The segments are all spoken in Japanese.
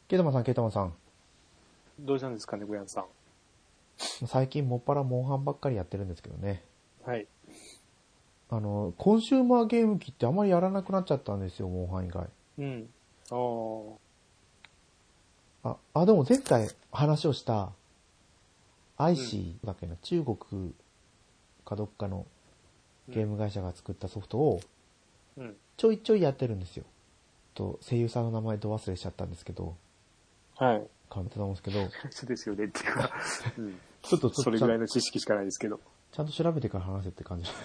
ケイタマンさん、ケイタマンさん。 どうしたんですかね、小山さん。 最近もっぱらモンハンばっかりやってるんですけどね。 はい。 コンシューマーゲーム機ってあまりやらなくなっちゃったんですよ、モンハン以外。 うん。 でも前回話をしたアイシーだっけな、中国かどっかのゲーム会社が作ったソフトをちょいちょいやってるんですよ。声優さんの名前ど忘れしちゃったんですけど。 はい。 変わったと思うんですけど。 そうですよね、っていうか、 ちょっとそれぐらいの知識しかないですけど。 ちゃんと調べてから話せって感じ。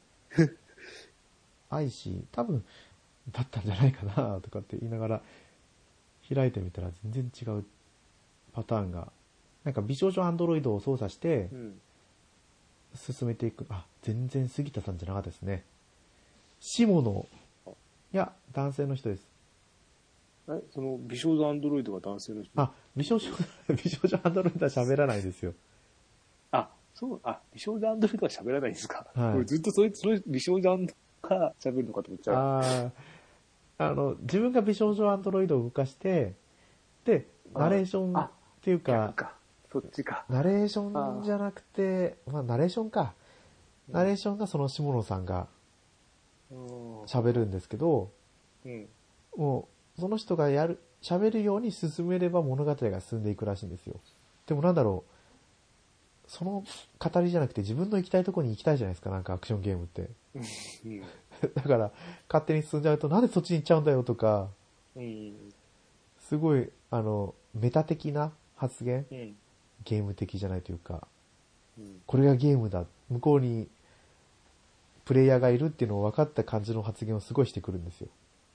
アイシー、多分、だったんじゃないかなとかって言いながら開いてみたら全然違うパターンが、なんか美少女アンドロイドを操作して進めていく。全然杉田さんじゃなかったですね。下野、いや男性の人です。 その美少女アンドロイドが男性の人？ 美少女アンドロイドは喋らないですよ。 美少女アンドロイドは喋らないんですか？ はい。 俺ずっとそれ美少女アンドロイドが喋るのかと思っちゃう。 自分が美少女アンドロイドを動かして、で、ナレーションっていうか、 そっちか。 ナレーションじゃなくて、ナレーションか。ナレーションがその下野さんが喋るんですけど、もう、その人が喋るように進めれば物語が進んでいくらしいんですよ。でもその語りじゃなくて自分の行きたいところに行きたいじゃないですか、なんかアクションゲームって。だから、勝手に進んじゃうと、なんでそっちに行っちゃうんだよとか、すごい、メタ的な発言、ゲーム的じゃないというか、これがゲームだ、向こうにプレイヤーがいるっていうのを分かった感じの発言をすごいしてくるんですよ。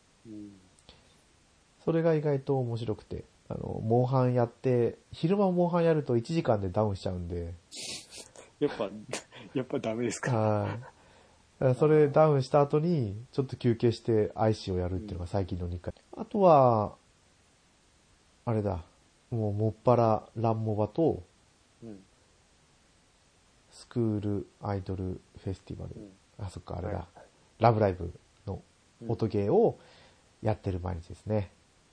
それが意外と面白くて、モンハンやって、昼間モンハンやると1時間でダウンしちゃうんで。 やっぱダメですか？ はい。それダウンした後に、ちょっと休憩してアイシーをやるっていうのが最近の日課。あとは、あれだ、もっぱらランモバと、スクールアイドルフェスティバル。そっか、あれだ。ラブライブの音ゲーをやってる毎日ですね。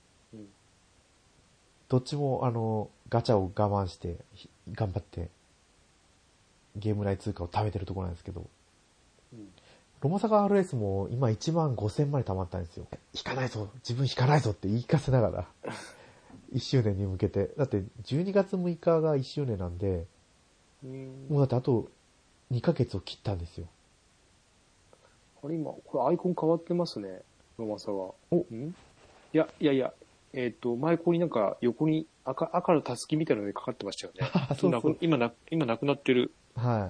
どっちもガチャを我慢して頑張ってゲーム内通貨を貯めてるところなんですけど、ロマサガ RS も今15000まで貯まったんですよ。引かないぞ、自分引かないぞって言い聞かせながら1周年に向けて、だって12月6日が1周年なんで、もうだってあと2ヶ月を切ったんですよ。 これアイコン変わってますね、ロマサガ。いや、前ここになんか横に赤のたすきみたいなのでかかってましたよね。そう今なくなってる。 はい。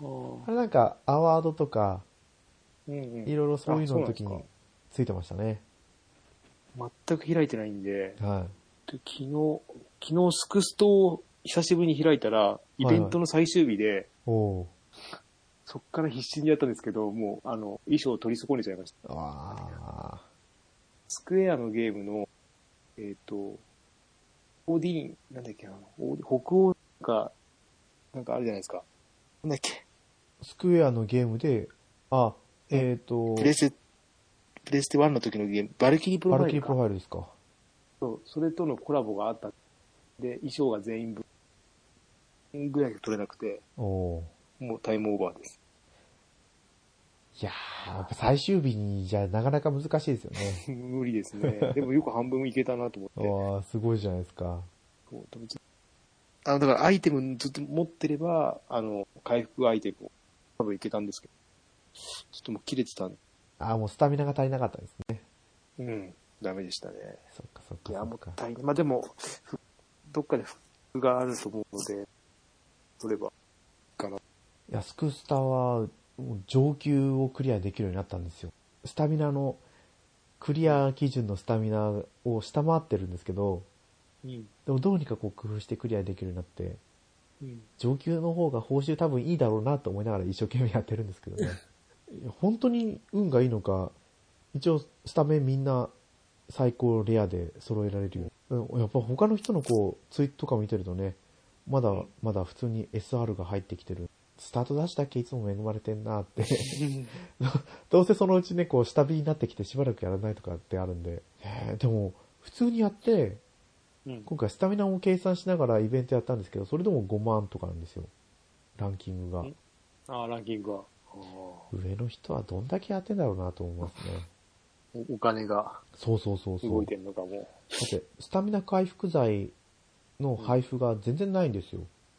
あれなんかアワードとか、いろいろそういうのの時についてましたね。 全く開いてないんで、 はい。 昨日スクストを久しぶりに開いたら、イベントの最終日で、そっから必死にやったんですけど、もう衣装を取り損ねちゃいました。スクエアのゲームのオーディーン、なんだっけな、北欧が、なんかあるじゃないですか。なんだっけ。 スクエアのゲームで、 プレステ1の時のゲーム、バルキリープロファイルか。バルキリープロファイルですか。そう、それとのコラボがあった。で、衣装が全員分ぐらいしか取れなくて、もうタイムオーバーです。 いやー、やっぱ最終日にじゃなかなか難しいですよね。 無理ですね。でもよく半分いけたなと思って。 すごいじゃないですか。 だからアイテムずっと持ってれば、回復アイテムを多分いけたんですけど、ちょっともう切れてたんで。 もうスタミナが足りなかったですね。ダメでしたね。 そっかそっか。 いや、もったいない。まあでも、どっかで復があると思うので、それば、かな。 いや、スクスタは、上級をクリアできるようになったんですよ。スタミナの、クリア基準のスタミナを下回ってるんですけど、でもどうにか工夫してクリアできるようになって、上級の方が報酬多分いいだろうなと思いながら一生懸命やってるんですけどね。本当に運がいいのか、一応スタメンみんな最高レアで揃えられるよ。やっぱ他の人のツイートとか見てるとね、まだ普通に SR が入ってきてる。スタートダッシュだけいつも恵まれてんなってどうせそのうちね、下火になってきてしばらくやらないとかってあるんで。でも、普通にやって、 今回スタミナも計算しながらイベントやったんですけど、それでも5万とかなんですよ。ランキングが。 ランキングが。 上の人はどんだけやってんだろうなと思いますね。お金が。 そう。 動いてんのかも。 だって、スタミナ回復剤の配布が全然ないんですよ。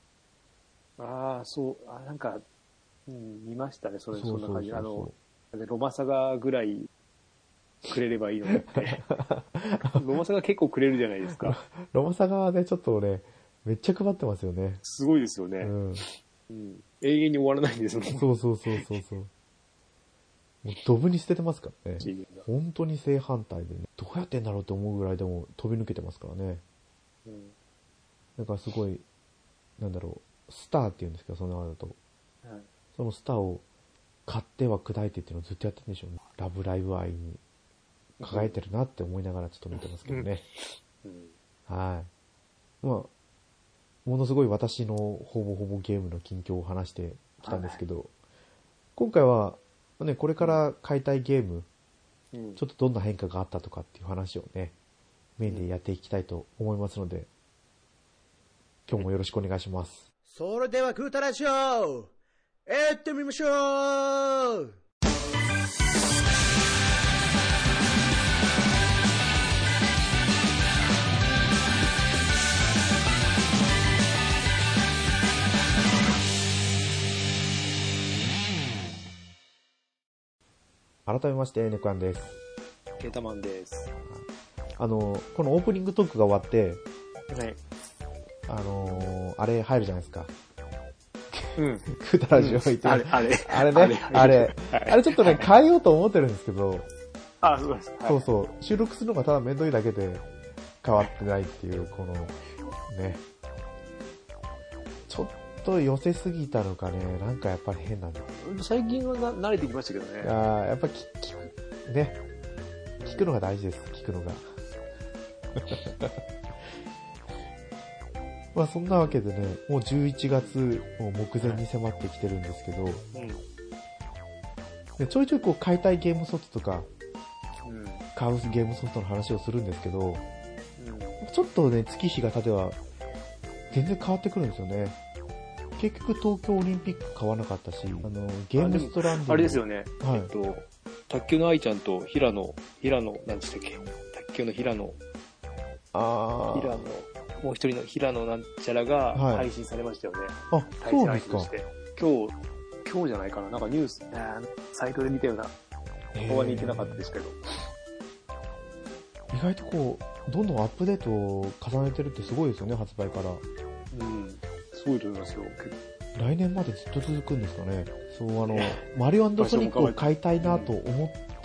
そう。なんか、見ましたね、そんな感じ。ロマサガぐらいくれればいいのにって。ロマサガ結構くれるじゃないですか。 ロマサガはね、ちょっとね、めっちゃ配ってますよね。 すごいですよね。永遠に終わらないんですもん。 そう。もうドブに捨ててますからね。本当に正反対でね。どうやってんだろうと思うぐらいでも飛び抜けてますからね。だからすごい、スターって言うんですけど、そのあだと。そのスターを買っては砕いてっていうのをずっとやってるんでしょうね。ラブライブ愛に輝いてるなって思いながらちょっと見てますけどね。はい。ものすごい私のほぼゲームの近況を話してきたんですけど、今回は、ね、これから買いたいゲーム、ちょっとどんな変化があったとかっていう話をね、メインでやっていきたいと思いますので、今日もよろしくお願いします。 それではグータラジオ行ってみましょう。 改めまして、ネクアンです。 ケータマンです。 このオープニングトークが終わって、 はい。 あれ入るじゃないですか。グータラジオ行って、あれちょっとね、変えようと思ってるんですけど、 そうです。 そう。収録するのがただ面倒いだけで変わってないっていう、この、ね。ちょっと寄せすぎたのかね、なんかやっぱり変なんだ。 最近は慣れてきましたけどね。 やっぱね。聞くのが大事です、聞くのが。まあそんなわけでね、もう11月もう目前に迫ってきてるんですけど、でちょいちょいこう買いたいゲームソフトとか、買うゲームソフトの話をするんですけど、ちょっとね、月日が経てば全然変わってくるんですよね。結局東京オリンピック買わなかったし、ゲームストランディング。 あれですよね。はい。卓球の愛ちゃんと平野、何でしたっけ？卓球の平野。もう一人の平野なんちゃらが配信されましたよね。 そうですか。 今日じゃないかな。なんかニュース、サイトで見たような。ここは似てなかったですけど。 意外とこう、どんどんアップデートを重ねてるってすごいですよね、発売から。 すごいと思いますよ。 来年までずっと続くんですかね。そう、マリオ&ソニックを買いたいなと思って、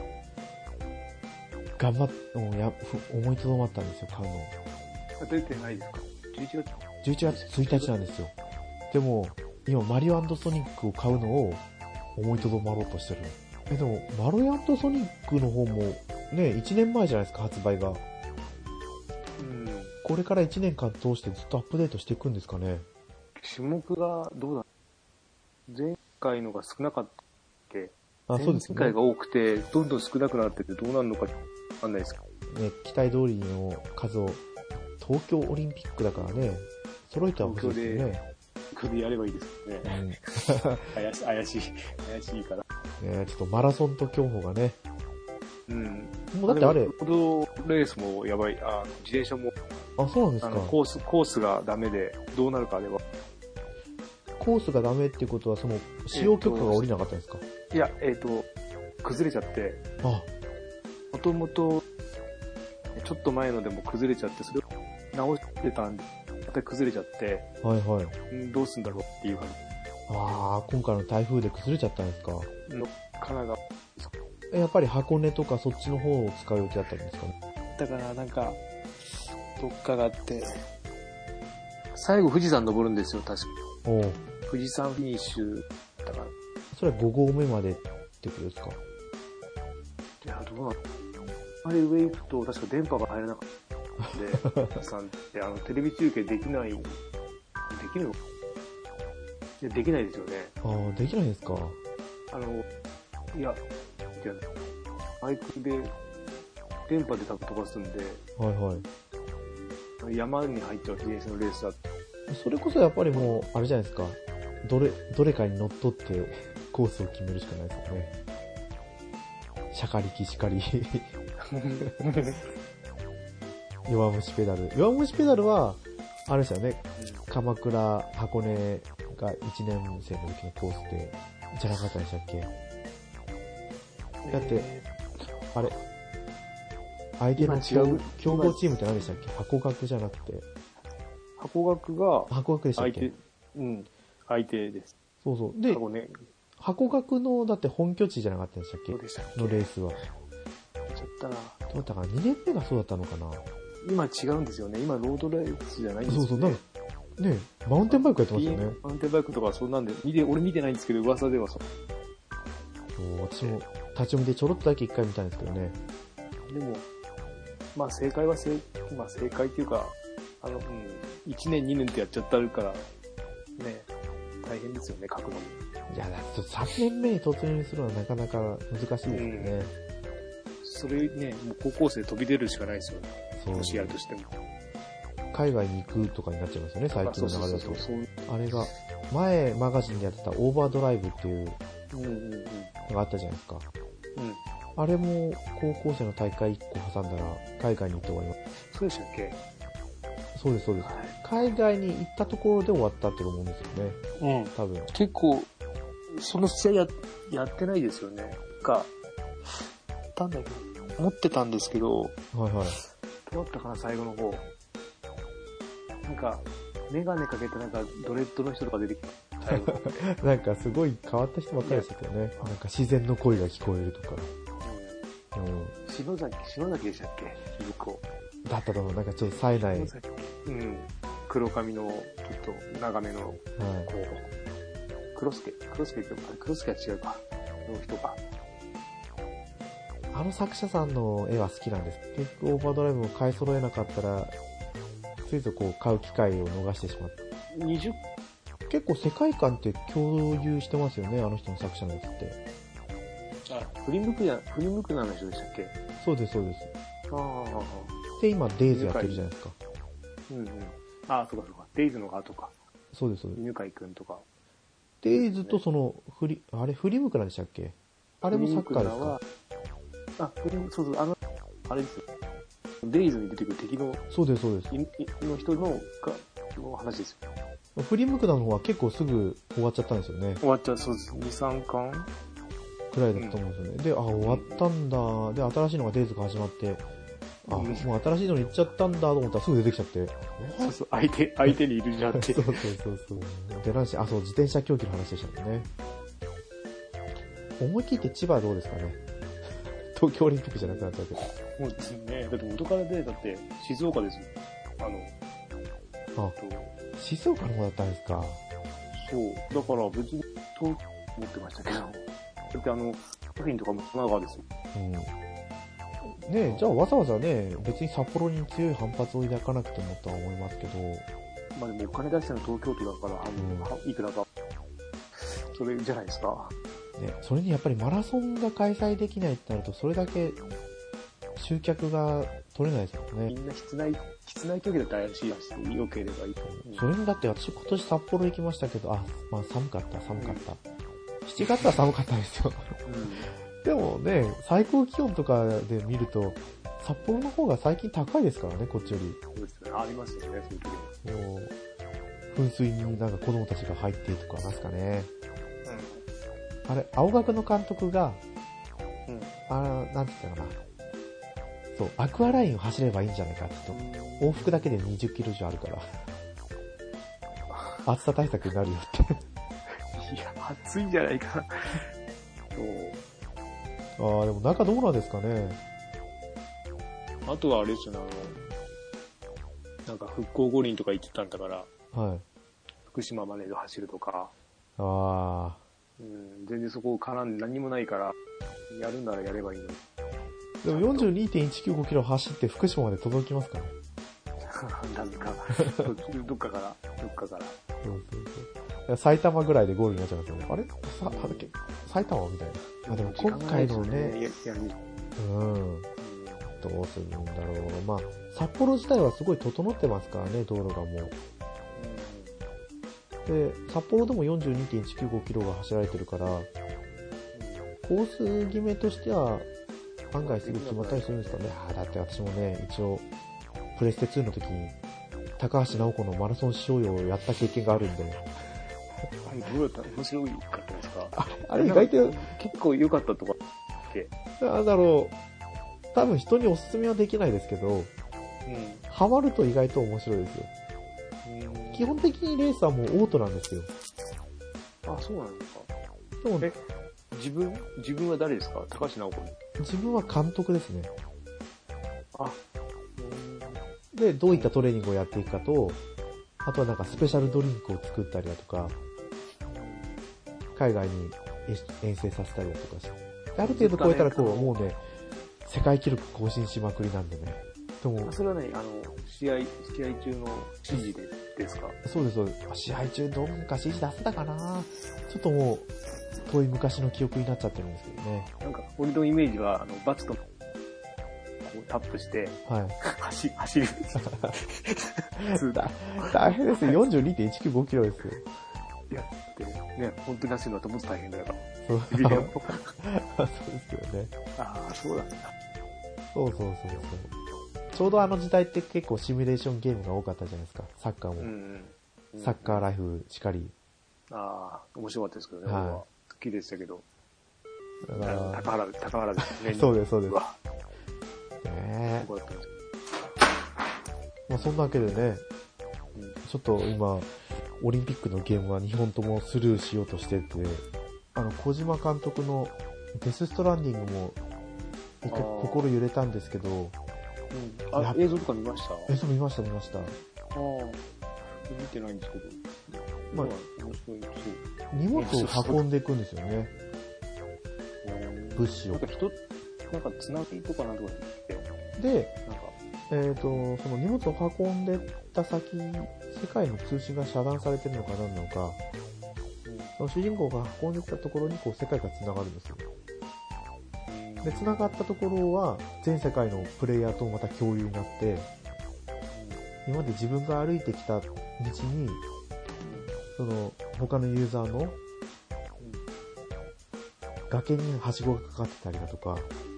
思いとどまったんですよ、買うの。 出てないですか ?11 月1日なんですよ。でも、今、マリオ&ソニックを買うのを思いとどまろうとしてる。でも、マリオ&ソニックの方も、ね、1年前じゃないですか、発売が。これから1年間通してずっとアップデートしていくんですかね。 種目がどうだ？前回のが少なかったっけ？ そうですね。 前回が多くて、どんどん少なくなっててどうなるのかわかんないですか？ ね、期待通りの数を、東京オリンピックだからね、揃えてはほしいですよね。 東京でやればいいですよね。怪しいから。 ちょっとマラソンと競歩がね。 もうだってあれ。ロードレースもやばい、自転車も。 そうなんですか。 コースがダメで、どうなるかでは。 コースがダメっていうことは、その、使用許可が下りなかったんですか？ いや、崩れちゃって。もともと、ちょっと前のでも崩れちゃって、それを直してたんで、また崩れちゃって。どうすんだろうっていう感じ。 今回の台風で崩れちゃったんですか？ 神奈川。 やっぱり箱根とかそっちの方を使う予定だったんですかね？ だからなんか、どっかがあって、最後富士山登るんですよ、確か。富士山フィニッシュだから。 それは5合目までってことですか？ いや、どうなの？あれ上行くと確か電波が入らなかったんで、さんってテレビ中継できないの？いや、できないですよね。 できないんですか？ いや、マイクで電波で多分飛ばすんで、 山に入っちゃう自転車のレースだって。 それこそやっぱりもう、あれじゃないですか。どれかに乗っ取ってコースを決めるしかないですよね。シャカリキシカリ。弱虫ペダル。弱虫ペダルは、あれですよね。鎌倉、箱根が1年生の時のコースで、じゃなかったでしたっけ？だって、あれ、相手の強豪チームって何でしたっけ？箱学じゃなくて。 箱学が、 箱学でしたっけ？ 相手です。 そうそう。で、箱学の、だって本拠地じゃなかったでしたっけ？ そうでしたっけ？ のレースは。 ちょっとな。 どうだったかな？ 2 年目がそうだったのかな？ 今違うんですよね。今ロードレースじゃないんですよね。 そうそう、なんか、ね、マウンテンバイクやってましたよね。 マウンテンバイクとかそんなんで、俺見てないんですけど、噂ではそう。 私も立ち読みでちょろっとだけ一回見たんですけどね。 でも、まあ正解は正解っていうか、1年2年ってやっちゃったから、ね、大変ですよね、書くのも。 いや、だって3年目に突入するのはなかなか難しいですよね。 それね、もう高校生飛び出るしかないですよね。もしやるとしても。 海外に行くとかになっちゃいますよね、最近の流れだと。あれが、前マガジンでやってたオーバードライブっていうのがあったじゃないですか。あれも高校生の大会1個挟んだら海外に行って終わります。 そうでしたっけ？そうです、 そうです。海外に行ったところで終わったって思うんですよね。多分。 結構、その試合やってないですよね。持ってたんですけど、 はいはい。 どうだったかな、最後の方。なんか、メガネかけてなんかドレッドの人とか出てきた。最後なんかすごい変わった人ばっかりでしたけどね。なんか自然の声が聞こえるとか。 篠崎でしたっけ？響子。 だったと思う。なんかちょっと冴えない。 黒髪のちょっと長めの、こう、黒助って黒助は違うか。の人か。 あの作者さんの絵は好きなんです。結局オーバードライブを買い揃えなかったら、ついぞこう買う機会を逃してしまった。結構世界観って共有してますよね、あの人の作者のやつって。 フリムクナの人でしたっけ？ そうです、そうです。で、今、デイズやってるじゃないですか。 そうか。デイズの後か。 そうです、そうです。 犬飼くんとか。 デイズとその、フリムクナでしたっけ？あれもサッカーですか？ そう、あれですよ。デイズに出てくる敵の、 そうです、そうです。 の人の話ですよ。 フリムクナの方は結構すぐ終わっちゃったんですよね。 終わっちゃう、そうです。2、3巻くらいだったと思うんですよね。で、終わったんだ。で、新しいのがデイズが始まって、もう新しいのに行っちゃったんだと思ったらすぐ出てきちゃって。 そう、相手にいるじゃんって。 そう。で、自転車競技の話でしたもんね。思い切って千葉はどうですかね。東京オリンピックじゃなくなっちゃうけど。 もうですね。だって元からだって静岡ですよ。 静岡の方だったんですか。 そう。だから別に思ってましたけど。だってサーフィンとかも神奈川ですよ。 ねえ、じゃあわざわざね、別に札幌に強い反発を抱かなくてもとは思いますけど。 まあでもお金出したの東京都だから、いくらか。それじゃないですか。 ね、それにやっぱりマラソンが開催できないってなると、それだけ集客が取れないですもんね。 みんな室内競技だったら怪しいらしい。良ければいいと思う。 それにだって私今年札幌行きましたけど、まあ寒かった。7月は寒かったですよ。でもね、最高気温とかで見ると、札幌の方が最近高いですからね、こっちより。 そうですね。ありますよね、そういう時もう、噴水になんか子供たちが入ってとかなんですかね。あれ、青学の監督が、なんて言ったかな。そう、アクアラインを走ればいいんじゃないかって往復だけで20キロ以上あるから。暑さ対策になるよって。 いや、暑いんじゃないかな。 でも中どうなんですかね。 あとはあれですよね、なんか復興五輪とか言ってたんだから、福島まで走るとか。全然そこ絡んで何もないから、やるならやればいいのに。 でも 42.195 キロ走って福島まで届きますかね。 なんか、どっかから。 そう。埼玉ぐらいでゴールになっちゃいますよね。あれ埼玉みたいな。でも今回のね、 どうするんだろう。まあ、札幌自体はすごい整ってますからね、道路がもう。で、札幌でも 42.195 キロが走られてるから、コース決めとしては案外すぐ決まったりするんですかね。だって私もね、一応プレステ2の時に高橋直子のマラソン賞用をやった経験があるんで。 あれどうやったら面白かったですか？ あれ意外と結構良かったとかってなんだろう、多分人におすすめはできないですけど、ハマると意外と面白いですよ。基本的にレースはもうオートなんですよ。 あ、そうなんですか。でもね、自分は誰ですか？高橋直子。 自分は監督ですね。 あ、 で、どういったトレーニングをやっていくかと、あとはなんかスペシャルドリンクを作ったりだとか、海外に遠征させたりだとかして、ある程度超えたらこう、もうね、世界記録更新しまくりなんでね。でもそれはね、試合中の指示ですか？ そうです、そうです。試合中どうか指示出せたかな？ちょっともう、遠い昔の記憶になっちゃってるんですけどね。 なんか、俺のイメージは、バツと、こうタップして、 はい。 走る。 大変ですよ。42.195 キロですよ。 いや、ってね、本当に走るのはもっと大変だから。 そうですよね。 ああ、そうなんだ。 そう。ちょうどあの時代って結構シミュレーションゲームが多かったじゃないですか。サッカーも。サッカーライフしかり。 ああ、面白かったですけどね。 はい。 好きでしたけど。 だから高原ですね。 そうです。ねえ。まあそんなわけでね、ちょっと今、オリンピックのゲームは2本ともスルーしようとしてて、小島監督のデスストランディングも心揺れたんですけど、 映像とか見ました？ 映像見ました。 見てないんですけど。 まあ、 面白い。 荷物を運んでいくんですよね。物資を。 なんかつなぎとかなんとかって。で、その荷物を運んでった先、世界の通信が遮断されてるのか何なのか、その主人公が運んでったところにこう世界が繋がるんですよ。で、繋がったところは全世界のプレイヤーとまた共有になって、今まで自分が歩いてきた道に、その他のユーザーの崖にはしごがかかってたりだとか、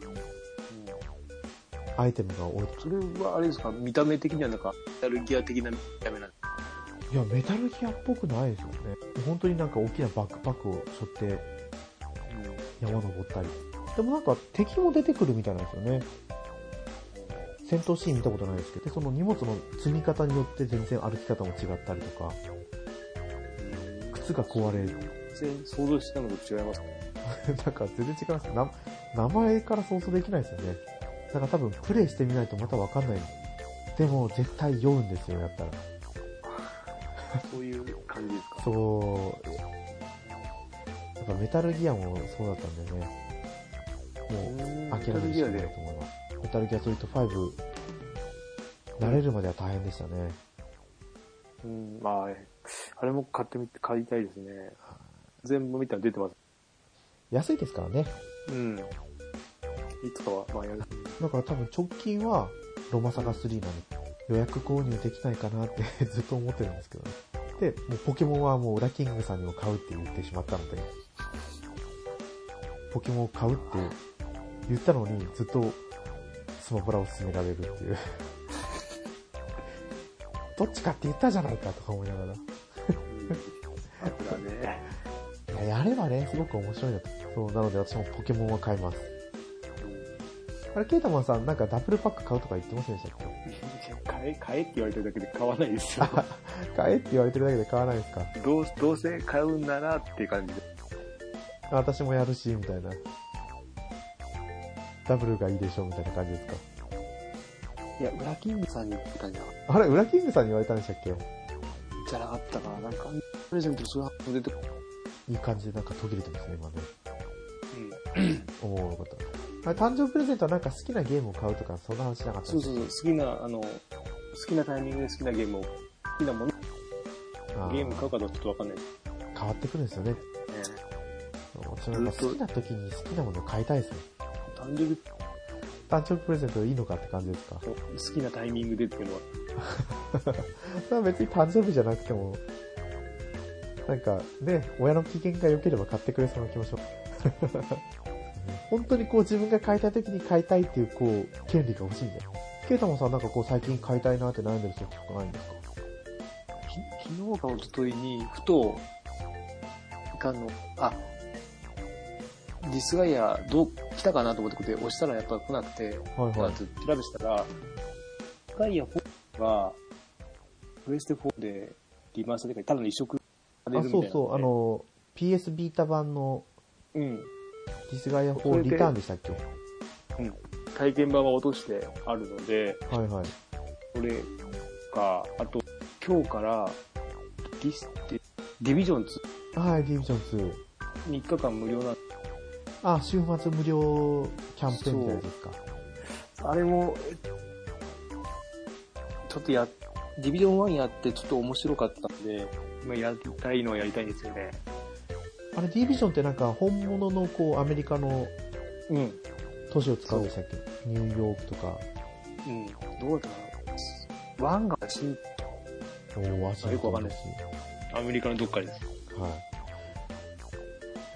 アイテムが置いて、 それはあれですか、見た目的にはなんかメタルギア的な見た目なんですか？ いや、メタルギアっぽくないですよね。本当になんか大きなバックパックを背負って山登ったり。でもなんか敵も出てくるみたいなんですよね。戦闘シーン見たことないですけど、でその荷物の積み方によって全然歩き方も違ったりとか、靴が壊れる。 全然想像したのと違いますか？ なんか全然違います。名前から想像できないですよね。だから多分プレイしてみないとまたわかんない。でも絶対酔うんですよ、やったら。 そういう感じですか？ そう。なんかメタルギアもそうだったんだよね。もう諦めるしかないと思います。メタルギアソリッド5、慣れるまでは大変でしたね。 まあ、あれも買いたいですね。全部見たら出てます。 安いですからね。 いつかは、まあやる。 だから多分直近はロマサガ3なので、予約購入できないかなってずっと思ってるんですけどね。で、もうポケモンはもうウラキングさんにも買うって言ってしまったので、ポケモンを買うって言ったのにずっとスマブラを進められるっていうどっちかって言ったじゃないかとか思いながらやればね、すごく面白いなと。そう、なので私もポケモンは買います。あれ、ケイタマンさん、なんかダブルパック買うとか言ってませんでしたっけ？ 買えって言われてるだけで買わないですよ。 買えって言われてるだけで買わないですか？ どうせ買うんならっていう感じで。 私もやるし、みたいな。ダブルがいいでしょ、みたいな感じですか？ いや、ウラキングさんに言ってたんじゃなかった。 あれ、ウラキングさんに言われたんでしたっけ？ じゃなかったかな。なんか、プレゼントそういう発表出ていい感じでなんか途切れてますね、今ね。思うよかった。誕生日プレゼントはなんか好きなゲームを買うとか、そんな話なかった？ そう。好きなタイミングで好きなゲームを、好きなもの、ゲーム買うかどうかちょっとわかんないです。 変わってくるんですよね。私なんか好きな時に好きなものを買いたいですね。 誕生日誕生日プレゼントでいいのかって感じですか？ 好きなタイミングでっていうのは。 それは別に誕生日じゃなくても、なんかね、親の機嫌が良ければ買ってくれそうな気もします。本当にこう自分が買いたい時に買いたいっていうこう、権利が欲しいんだよ。ケイタマさんなんかこう最近買いたいなって悩んでるソフトとかないんですか？ 昨日か一昨日に、ふと、ディスガイア来たかなと思って押したらやっぱ来なくて、 はいはい、 調べしたら、ディスガイア4が、プレステ4でリマスターでただの移植されるみたいな。 そう、PS ビータ版の、ディスガイア4リターンでしたっけ？ 体験版は落としてあるので、 はいはい。 それか、あと、今日から、ディビジョン2。 はい、ディビジョン2。 3日間無料な。 週末無料キャンペーンみたいですか。 あれも、ちょっとディビジョン1やってちょっと面白かったんで、今やりたいのはやりたいんですよね。 あれ、ディビジョンってなんか本物のこう、アメリカの、都市を使うんでしたっけ？ニューヨークとか。 どうだったかな？ワンがワシントン。よくわかんないです。アメリカのどっかです。 はい。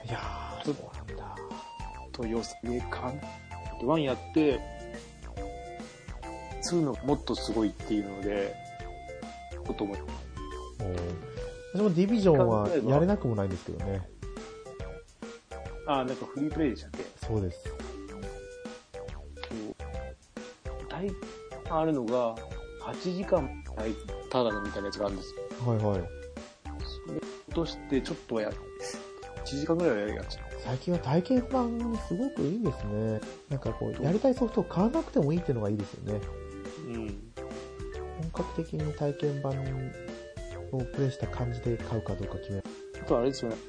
いやー、そうなんだ。 と良さげか。ワンやって、2のもっとすごいっていうので、こと思い。 私もディビジョンはやれなくもないんですけどね。 なんかフリープレイでしたっけ？ そうです。 あるのが、8時間ただのみたいなやつがあるんですよ。 はいはい。 それ落としてちょっと1時間ぐらいはやるやつ。 最近は体験版すごくいいんですね。なんかこう、やりたいソフトを買わなくてもいいっていうのがいいですよね。本格的に体験版をプレイした感じで買うかどうか決める。 あとあれですよね。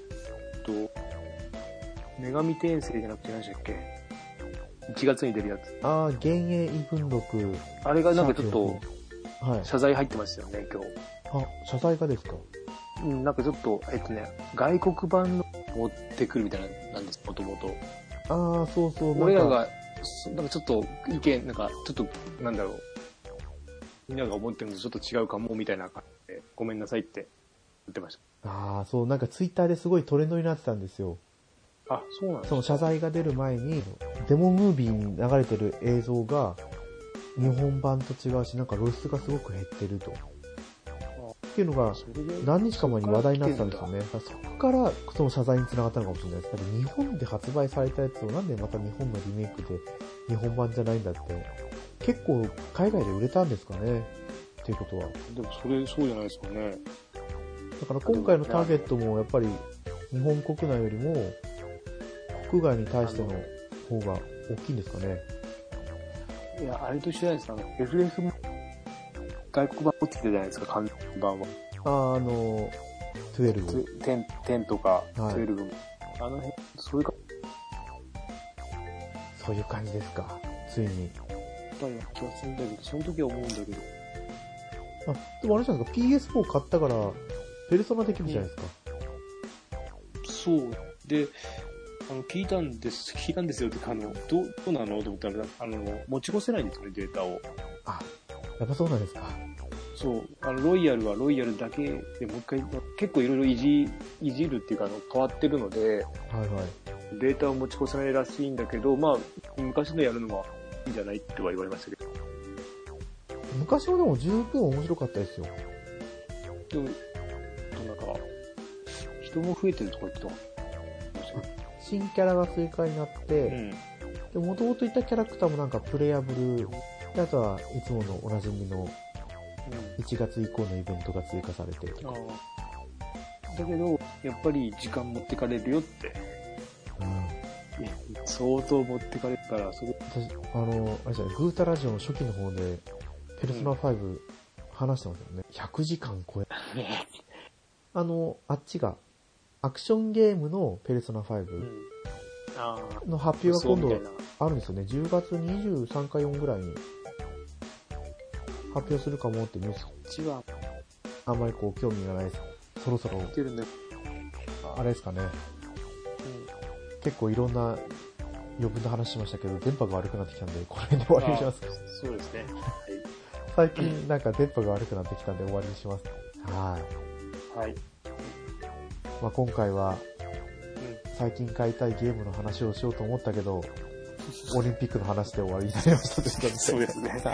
女神転生じゃなくて何でしたっけ？1月に出るやつ。 幻影異文録。 あれがなんかちょっと、謝罪入ってましたよね、今日。謝罪がですか？ なんかちょっと、外国版の持ってくるみたいなんです、もともと。 そうそう。 俺らが、なんかちょっと意見、なんかちょっと、なんだろう。みんなが思ってるのとちょっと違うかも、みたいな感じで、ごめんなさいって言ってました。 そう、なんかツイッターですごいトレンドになってたんですよ。 そうなんですか。 その謝罪が出る前に、デモムービーに流れてる映像が、日本版と違うし、なんか露出がすごく減ってると。っていうのが、何日か前に話題になってたんですよね。そこから、その謝罪に繋がったのかもしれないです。だって日本で発売されたやつをなんでまた日本のリメイクで日本版じゃないんだって、結構海外で売れたんですかね。っていうことは。 でもそうじゃないですかね。 だから今回のターゲットもやっぱり日本国内よりも国外に対しての方が大きいんですかね。 いや、あれと一緒じゃないですか。FF も外国版持ってきたじゃないですか、完全版は。 12。 10とか、12も。あの辺、そういう感じですか、ついに。 だよ気がするんだけど、その時は思うんだけど。 でもあれじゃないですか、PS4 買ったから、ペルソナできるじゃないですか。 そう。で、聞いたんですよって、どうなのと思ったら、持ち越せないんですよね、データを。 やっぱそうなんですか。 そう。ロイヤルはロイヤルだけでもう一回、結構いろいろいじるっていうか、変わってるので、データを持ち越せないらしいんだけど、昔のやるのはいいんじゃないっては言われましたけど。 昔のでも十分面白かったですよ。 でも、なんか、人も増えてるとか言ってた。 新キャラが追加になって、で、元々いたキャラクターもなんかプレイアブル、であとはいつものおなじみの1月以降のイベントが追加されてるとか。 だけど、やっぱり時間持ってかれるよって。相当持ってかれるから、私、 あれじゃない、グータラジオの初期の方で、ペルソナ5話してますよね。100時間超え。あっちが、アクションゲームのペルソナ5の発表が今度あるんですよね。10月23か4ぐらいに発表するかもってニュース。あんまりこう興味がないです。そろそろ。あれですかね。結構いろんな余分な話しましたけど、電波が悪くなってきたんで、この辺で終わりにしますか。 そうですね。はい、 最近なんか電波が悪くなってきたんで終わりにします。はい。 はい。 まあ今回は、最近買いたいゲームの話をしようと思ったけど、オリンピックの話で終わりになりましたということで。 そうですね。はい。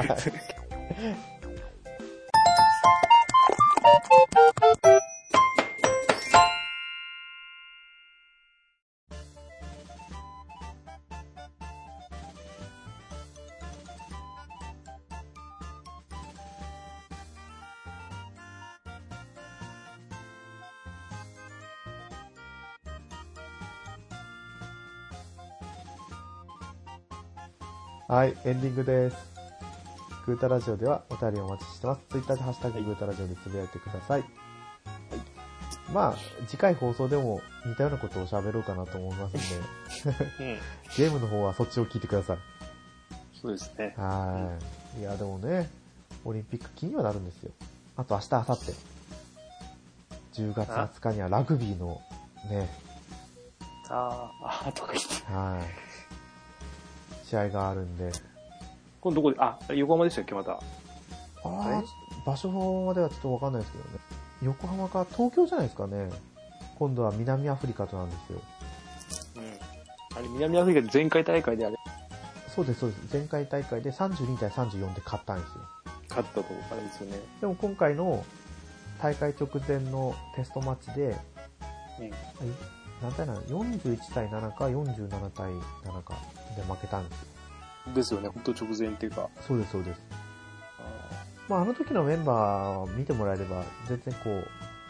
はい、エンディングです。グータラジオではお便りをお待ちしてます。ツイッターでハッシュタググータラジオでつぶやいてください。はい、まあ、次回放送でも似たようなことを喋ろうかなと思いますんで、ゲームの方はそっちを聞いてください。 そうですね。 はい。いや、でもね、オリンピック気にはなるんですよ。あと明日、明後日。10月20日にはラグビーのね、 とか言って。 はい。試合があるんで。 今度どこで、横浜でしたっけ、また。 場所まではちょっとわかんないですけどね。横浜か東京じゃないですかね。今度は南アフリカとなんですよ。 あれ、南アフリカで前回大会であれ。 そうです、そうです。前回大会で32対34で勝ったんですよ。 勝ったとあれですよね。 でも今回の大会直前のテストマッチで、何対7 41対7か47対7かで負けたんですよ。 ですよね、本当直前っていうか。 そうです、そうです。まあ、あの時のメンバー見てもらえれば、全然こう、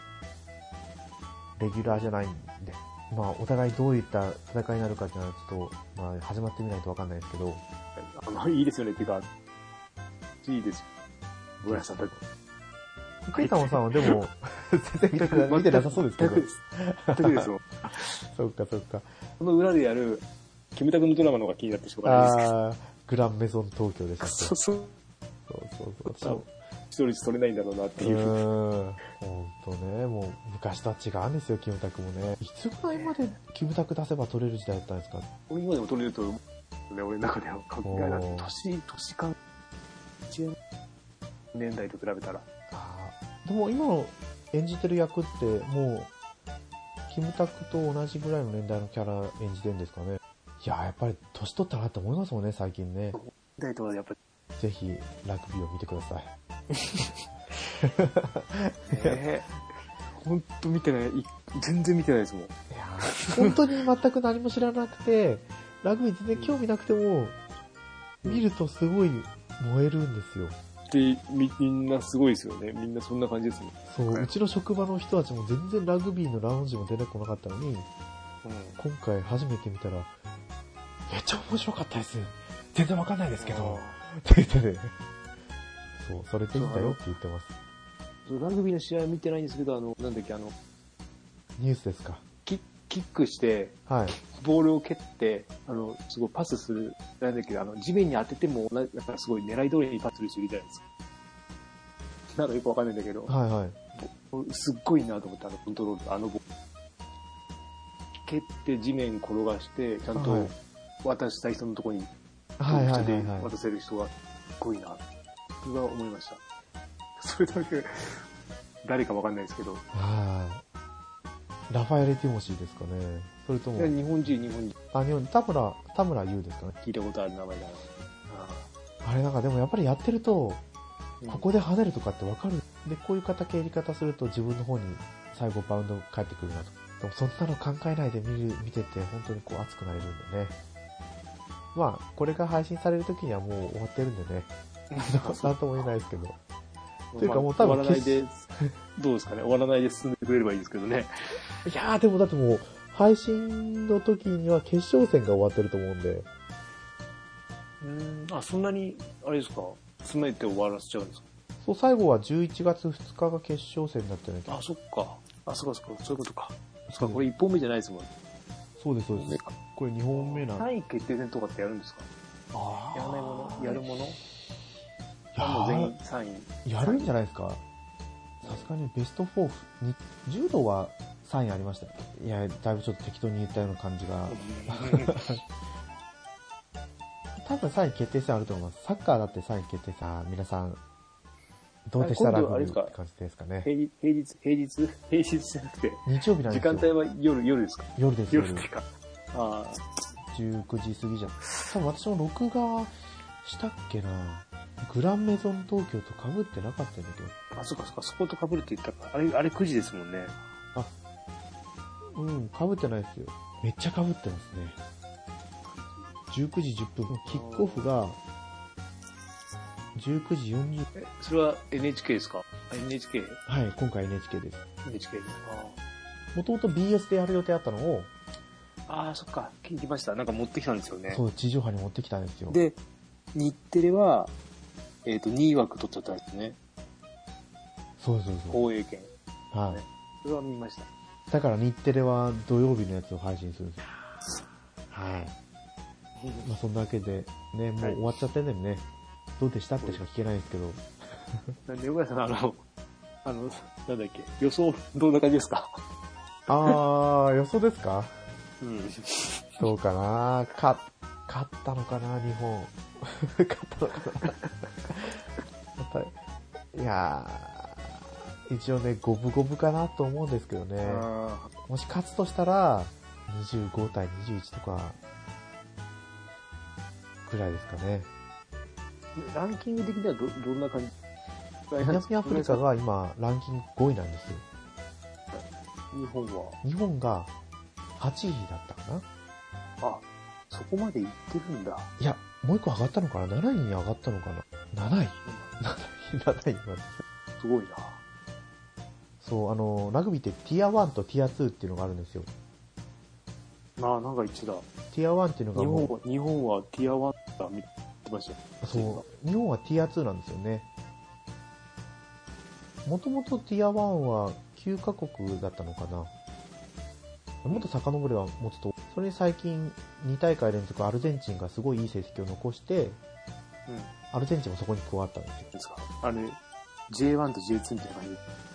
レギュラーじゃないんで、まあ、お互いどういった戦いになるかっていうのはちょっと、まあ、始まってみないとわかんないですけど。 いいですよね、っていうか、いいですよ。ごめんなさい。 ケイタモさんはでも、全然見てなさそうですけど。 全くですよ。 そっかそっか。 この裏でやる、キムタクのドラマの方が気になってしょうがないです。 グランメゾン東京でしたっけ。 そう一人取れないんだろうなっていう。 ほんとね、もう昔とは違うんですよ、キムタクもね。いつぐらいまでキムタク出せば取れる時代だったんですか？ 今でも取れると思うね、俺の中では。年間、1年代と比べたら。 でも今の演じてる役って、もう、キムタクと同じぐらいの年代のキャラ演じてるんですかね。いやー、やっぱり年取ったなって思いますもんね、最近ね。 やっぱぜひ、ラグビーを見てください。 ほんと見てない。全然見てないですもん。いや本当に全く何も知らなくて、ラグビー全然興味なくても、見るとすごい燃えるんですよ。 で、みんなすごいですよね。みんなそんな感じですね。 そう、うちの職場の人たちも全然ラグビーのラウンジも出てこなかったのに、今回初めて見たら、めっちゃ面白かったです。全然わかんないですけど、って言ってね。そう、それでいいんだよって言ってます。 ラグビーの試合は見てないんですけど、なんだっけ、 ニュースですか。 キックして、 はい。 ボールを蹴って、すごいパスする、なんだっけ、地面に当てても、なんかすごい狙い通りにパスする人いるじゃないですか。なんかよくわかんないんだけど、 はいはい。 すっごいなと思って、コントロール、ボール。蹴って地面転がして、ちゃんと渡したい人のところに、で渡せる人がすごいな、それは思いました。それだけ、誰かわかんないですけど。 ラファエレ・ティモシーですかね。それとも。 日本人。 田村優ですかね。 聞いたことある名前だな。 あれなんかでもやっぱりやってると、ここで跳ねるとかってわかる。で、こういうやり方すると自分の方に最後バウンド返ってくるなと。でもそんなの考えないで見てて本当にこう熱くなれるんでね。まあ、これが配信される時にはもう終わってるんでね。なんとも言えないですけど。というかもう多分終わらないで、どうですかね。終わらないで進んでくれればいいですけどね。 いやーでもだってもう、配信の時には決勝戦が終わってると思うんで。 そんなに、あれですか、詰めて終わらせちゃうんですか？ そう、最後は11月2日が決勝戦になってないけど。 そっか。そういうことか。これ1本目じゃないですもんね。 そうです。これ2本目なんで。 3位決定戦とかってやるんですか？やらないもの？やるもの？全員3位。 やるんじゃないですか？さすがにベスト4に、柔道は3位ありました。いや、だいぶちょっと適当に言ったような感じが。 多分3位決定戦あると思います。サッカーだって3位決定戦、皆さん、どうでしたらって感じですかね。 平日じゃなくて。 日曜日なんですよ。 時間帯は夜ですか？ 夜です。 夜ってか。ああ。 19時過ぎじゃん。多分私も録画したっけな。グランメゾン東京と被ってなかったんだけど。 あ、そっか、そこと被るって言ったか。あれ9時ですもんね。 あ、うん、被ってないですよ。めっちゃ被ってますね。19時10分。キックオフが、19時40分。 それは NHK ですか？ NHK？ はい、今回 NHK です。 NHK です。 もともと BS でやる予定あったのを、 ああ、そっか、聞きました。なんか持ってきたんですよね。 そう、地上波に持ってきたんですよ。 で、日テレは、2枠取っちゃったんですね。 そう。 放映権。 はい。 それは見ました。 だから日テレは土曜日のやつを配信するんですよ。はい。まあそんなわけで、ね、もう終わっちゃってんだよね。どうでしたってしか聞けないんですけど。 なんで、横谷さん、なんだっけ、予想、どんな感じですか？ 予想ですか？ うん。 どうかな？勝ったのかな、日本。勝ったのかな。いやー、一応ね、五分五分かなと思うんですけどね。もし勝つとしたら、25対21とか、ぐらいですかね。 ランキング的にはどんな感じ？ 南アフリカが今、ランキング5位なんですよ。日本が8位だったかな。 あ、そこまで行ってるんだ。 いや、もう一個上がったのかな？ 7 位に上がったのかな？ 7 位7位なんです。 すごいな。 そう、ラグビーってティア1とティア2っていうのがあるんですよ。 なんか一致だ。 ティア1っていうのが日本はティア1だ見てました。 そう、日本はティア2なんですよね。もともとティア1は9カ国だったのかな。もっと遡ればもうちょっと、それに最近2大会連続アルゼンチンがすごいいい成績を残して、アルゼンチンもそこに加わったんですよ。 ですか？J1 と J2 みたいな感じ。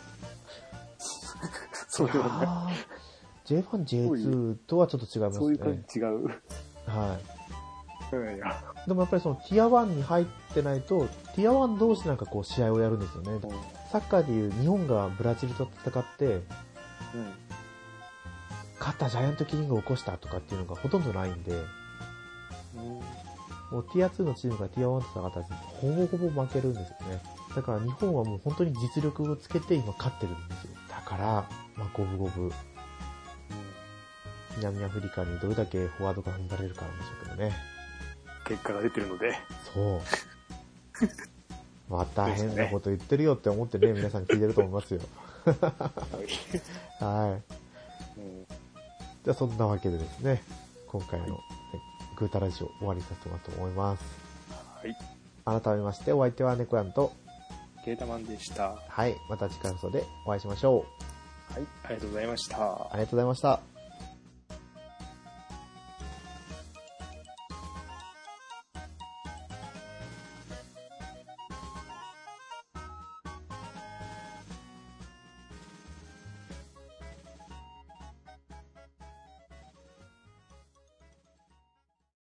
そういうことね。 J1、J2 とはちょっと違いますね。 そういう感じ違う。 はい。でもやっぱりそのティア1に入ってないと、ティア1同士なんかこう試合をやるんですよね。サッカーでいう日本がブラジルと戦って、勝ったジャイアントキリングを起こしたとかっていうのがほとんどないんで、もうティア2のチームがティア1と戦ったらほぼほぼ負けるんですよね。だから日本はもう本当に実力をつけて今勝ってるんですよ。だから、まあ五分五分。南アフリカにどれだけフォワードが踏ん張れるかなんでしょうけどね。 結果が出てるので。 そう。また変なこと言ってるよって思ってね、皆さん聞いてると思いますよ。はい。じゃあそんなわけでですね、今回の、グータラジオ終わりさせてもらおうと思います。はい。改めましてお相手は猫やんとケータマンでした。 はい。また次回放送でお会いしましょう。はい。ありがとうございました。 ありがとうございました。